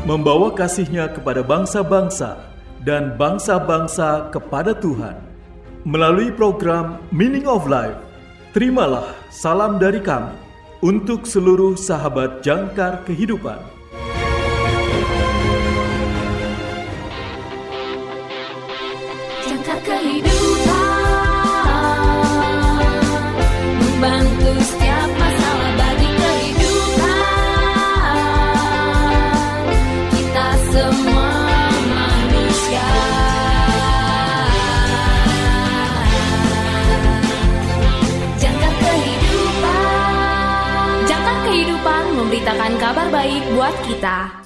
membawa kasih-Nya kepada bangsa-bangsa dan bangsa-bangsa kepada Tuhan. Melalui program Meaning of Life, terimalah salam dari kami untuk seluruh sahabat jangkar kehidupan. Jangkar kehidupan, membantu setiap masalah bagi kehidupan kita semua manusia. Jangkar kehidupan memberitakan kabar baik buat kita.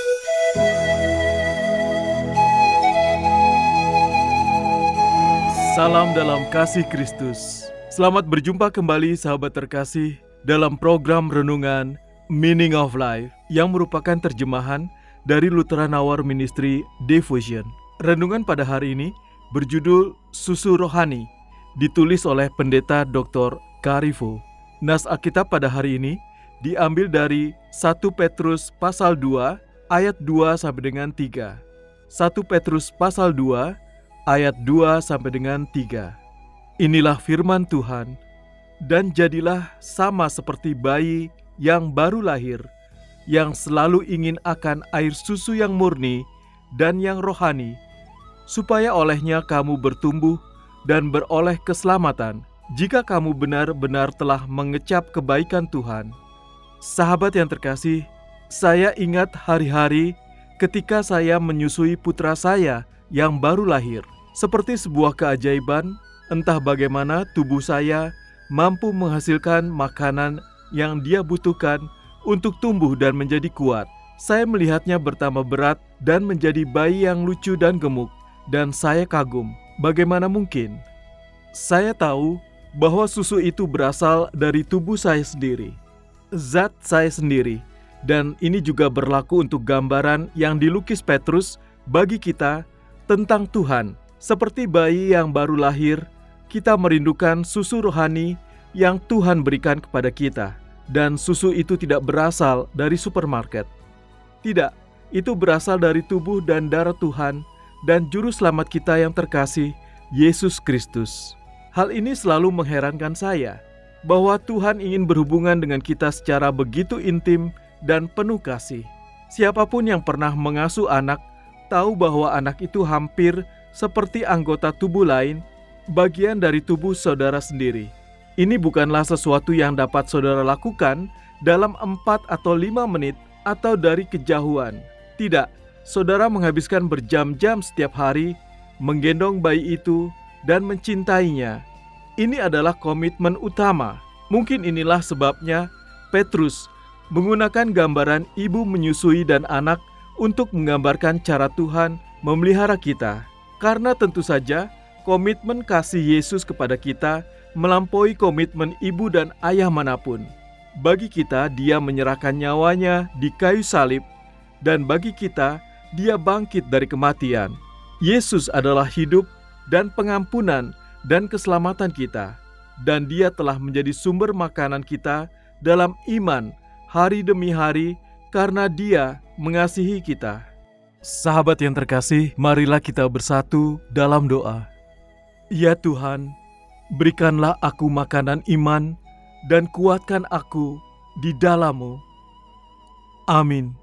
Salam dalam kasih Kristus. Selamat berjumpa kembali sahabat terkasih dalam program renungan Meaning of Life yang merupakan terjemahan dari Lutheran Hour Ministry Devotion. Renungan pada hari ini berjudul Susu Rohani, ditulis oleh Pendeta Dr. Karifo. Nas Alkitab pada hari ini diambil dari 1 Petrus pasal 2 ayat 2 sampai dengan 3. 1 Petrus pasal 2 ayat 2 sampai dengan 3. Inilah firman Tuhan, dan jadilah sama seperti bayi yang baru lahir, yang selalu ingin akan air susu yang murni dan yang rohani, supaya olehnya kamu bertumbuh dan beroleh keselamatan, jika kamu benar-benar telah mengecap kebaikan Tuhan. Sahabat yang terkasih, saya ingat hari-hari ketika saya menyusui putra saya yang baru lahir. Seperti sebuah keajaiban, entah bagaimana tubuh saya mampu menghasilkan makanan yang dia butuhkan untuk tumbuh dan menjadi kuat. Saya melihatnya bertambah berat dan menjadi bayi yang lucu dan gemuk, dan saya kagum. Bagaimana mungkin? Saya tahu bahwa susu itu berasal dari tubuh saya sendiri, zat saya sendiri, dan ini juga berlaku untuk gambaran yang dilukis Petrus bagi kita tentang Tuhan. Seperti bayi yang baru lahir, kita merindukan susu rohani yang Tuhan berikan kepada kita. Dan susu itu tidak berasal dari supermarket. Tidak, itu berasal dari tubuh dan darah Tuhan dan Juru Selamat kita yang terkasih, Yesus Kristus. Hal ini selalu mengherankan saya, bahwa Tuhan ingin berhubungan dengan kita secara begitu intim dan penuh kasih. Siapapun yang pernah mengasuh anak, tahu bahwa anak itu hampir seperti anggota tubuh lain, bagian dari tubuh saudara sendiri. Ini bukanlah sesuatu yang dapat saudara lakukan dalam 4 atau 5 menit atau dari kejauhan. Tidak, saudara menghabiskan berjam-jam setiap hari menggendong bayi itu dan mencintainya. Ini adalah komitmen utama. Mungkin inilah sebabnya Petrus menggunakan gambaran ibu menyusui dan anak untuk menggambarkan cara Tuhan memelihara kita. Karena tentu saja komitmen kasih Yesus kepada kita melampaui komitmen ibu dan ayah manapun. Bagi kita, dia menyerahkan nyawanya di kayu salib, dan bagi kita, dia bangkit dari kematian. Yesus adalah hidup dan pengampunan dan keselamatan kita, dan dia telah menjadi sumber makanan kita dalam iman hari demi hari karena dia mengasihi kita. Sahabat yang terkasih, marilah kita bersatu dalam doa. Ya Tuhan, berikanlah aku makanan iman dan kuatkan aku di dalam-Mu. Amin.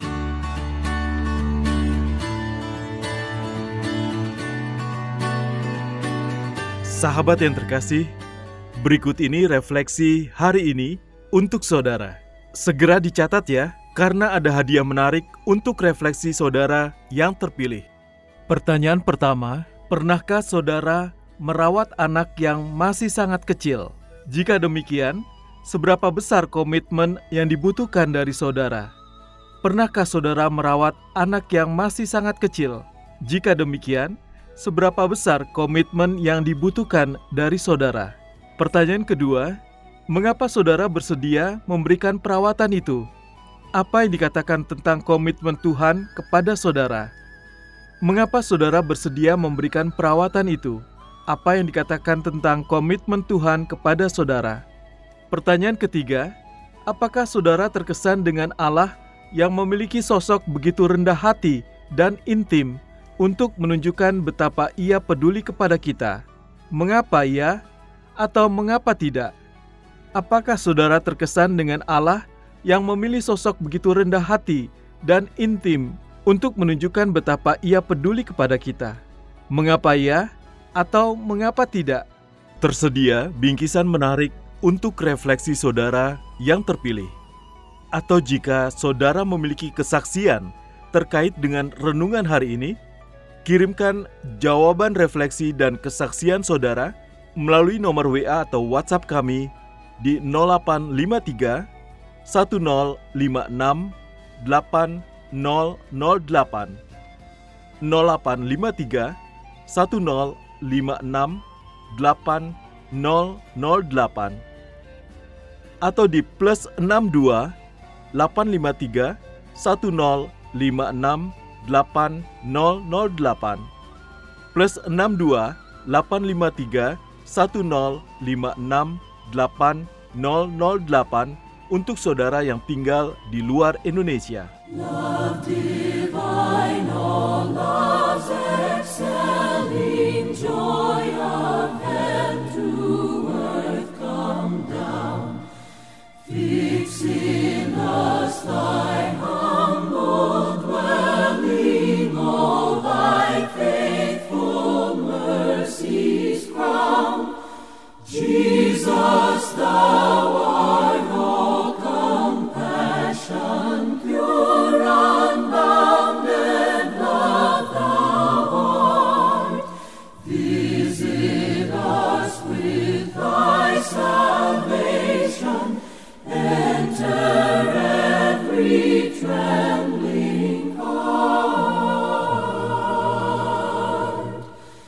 Sahabat yang terkasih, berikut ini refleksi hari ini untuk saudara. Segera dicatat ya, karena ada hadiah menarik untuk refleksi saudara yang terpilih. Pertanyaan pertama, pernahkah saudara merawat anak yang masih sangat kecil? Jika demikian, seberapa besar komitmen yang dibutuhkan dari saudara? Pernahkah saudara merawat anak yang masih sangat kecil? Jika demikian, seberapa besar komitmen yang dibutuhkan dari saudara? Pertanyaan kedua, mengapa saudara bersedia memberikan perawatan itu? Apa yang dikatakan tentang komitmen Tuhan kepada saudara? Mengapa saudara bersedia memberikan perawatan itu? Apa yang dikatakan tentang komitmen Tuhan kepada saudara? Pertanyaan ketiga, apakah saudara terkesan dengan Allah yang memiliki sosok begitu rendah hati dan intim untuk menunjukkan betapa Ia peduli kepada kita. Mengapa ya? Atau mengapa tidak? Apakah saudara terkesan dengan Allah yang memilih sosok begitu rendah hati dan intim untuk menunjukkan betapa Ia peduli kepada kita? Mengapa ya? Atau mengapa tidak? Tersedia bingkisan menarik untuk refleksi saudara yang terpilih. Atau jika saudara memiliki kesaksian terkait dengan renungan hari ini, kirimkan jawaban refleksi dan kesaksian saudara melalui nomor WA atau WhatsApp kami di 0853 1056 8008 0853 1056 8008 atau di plus 62 853 1056 8008 plus 62 853 1056 8008 untuk saudara yang tinggal di luar Indonesia. Love divine, all love's excelling joy of heaven to earth come down. Fix in us thy humble dwelling, all thy faithful mercies crown. Jesus, thou art all compassion, pure, unbounded love thou art. Visit us with thy salvation, enter every trembling heart.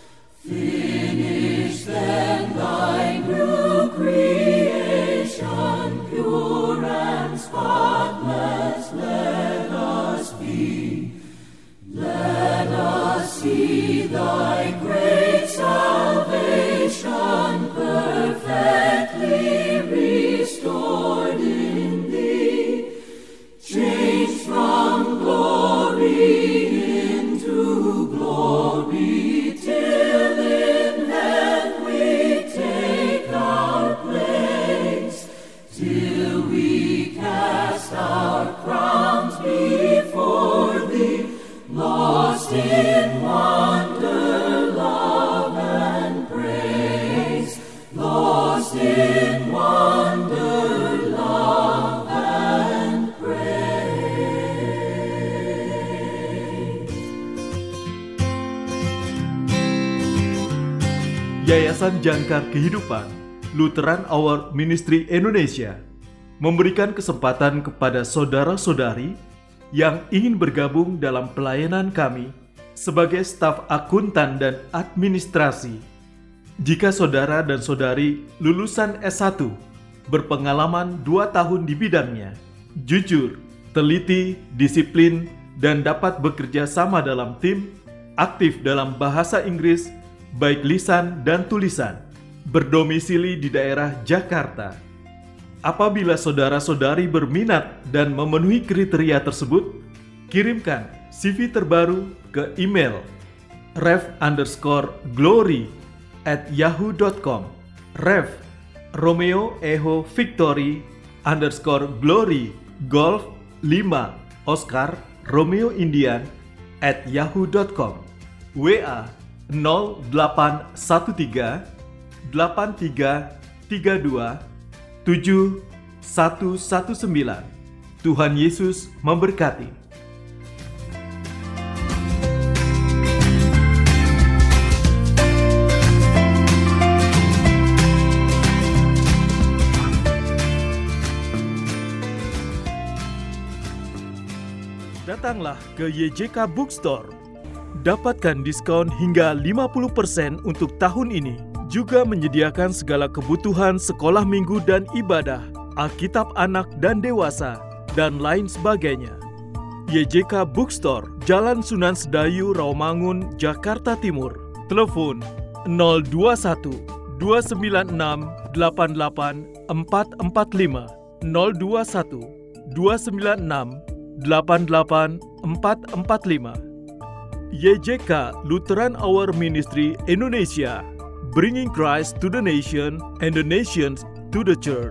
Finish then thy new creation, pure and spotless let us be. Let us see thy great salvation, perfectly restored in thee, changed from glory into glory, till in heaven we take our place, till we cast our crowns before thee, lost in wonder, love, and praise, lost in wonder, love, and praise. Yayasan Jangkar Kehidupan Lutheran Hour Ministry Indonesia memberikan kesempatan kepada saudara-saudari yang ingin bergabung dalam pelayanan kami sebagai staf akuntan dan administrasi. Jika saudara dan saudari lulusan S1, berpengalaman 2 tahun di bidangnya, jujur, teliti, disiplin, dan dapat bekerja sama dalam tim, aktif dalam bahasa Inggris, baik lisan dan tulisan, berdomisili di daerah Jakarta. Apabila saudara-saudari berminat dan memenuhi kriteria tersebut, kirimkan CV terbaru ke email rev_glory@yahoo.com. Rev Romeo Echo Victory _glory Golf 5 Oscar Romeo Indian @yahoo.com. WA 0813 8332 7119. Tuhan Yesus memberkati. Datanglah ke YJK Bookstore. Dapatkan diskon hingga 50% untuk tahun ini. Juga menyediakan segala kebutuhan sekolah minggu dan ibadah, Alkitab anak dan dewasa, dan lain sebagainya. YJK Bookstore, Jalan Sunan Sedayu, Rawamangun, Jakarta Timur. Telepon 021 296 88 445 021 296 88445. YJK Lutheran Hour Ministry Indonesia, bringing Christ to the nation and the nations to the church.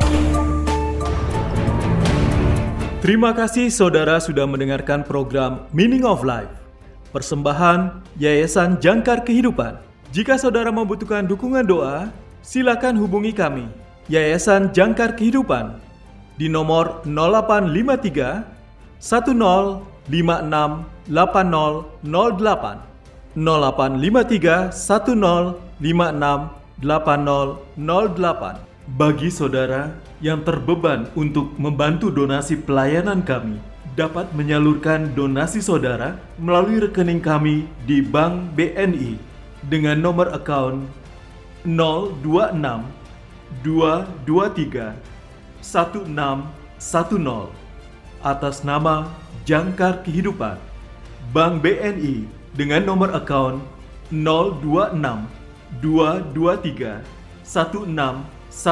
Terima kasih saudara sudah mendengarkan program Meaning of Life, persembahan Yayasan Jangkar Kehidupan. Jika saudara membutuhkan dukungan doa, silakan hubungi kami, Yayasan Jangkar Kehidupan, di nomor 0853 1056 8008, 0853 1056 8008. Bagi saudara yang terbeban untuk membantu donasi pelayanan kami, dapat menyalurkan donasi saudara melalui rekening kami di Bank BNI dengan nomor account 026 223 1610 atas nama Jangkar Kehidupan. Bank BNI dengan nomor account 026 223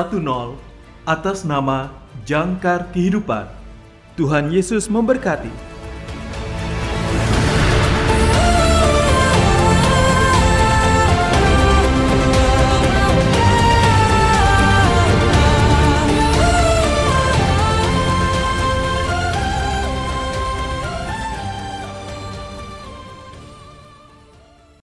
1610 atas nama Jangkar Kehidupan. Tuhan Yesus memberkati.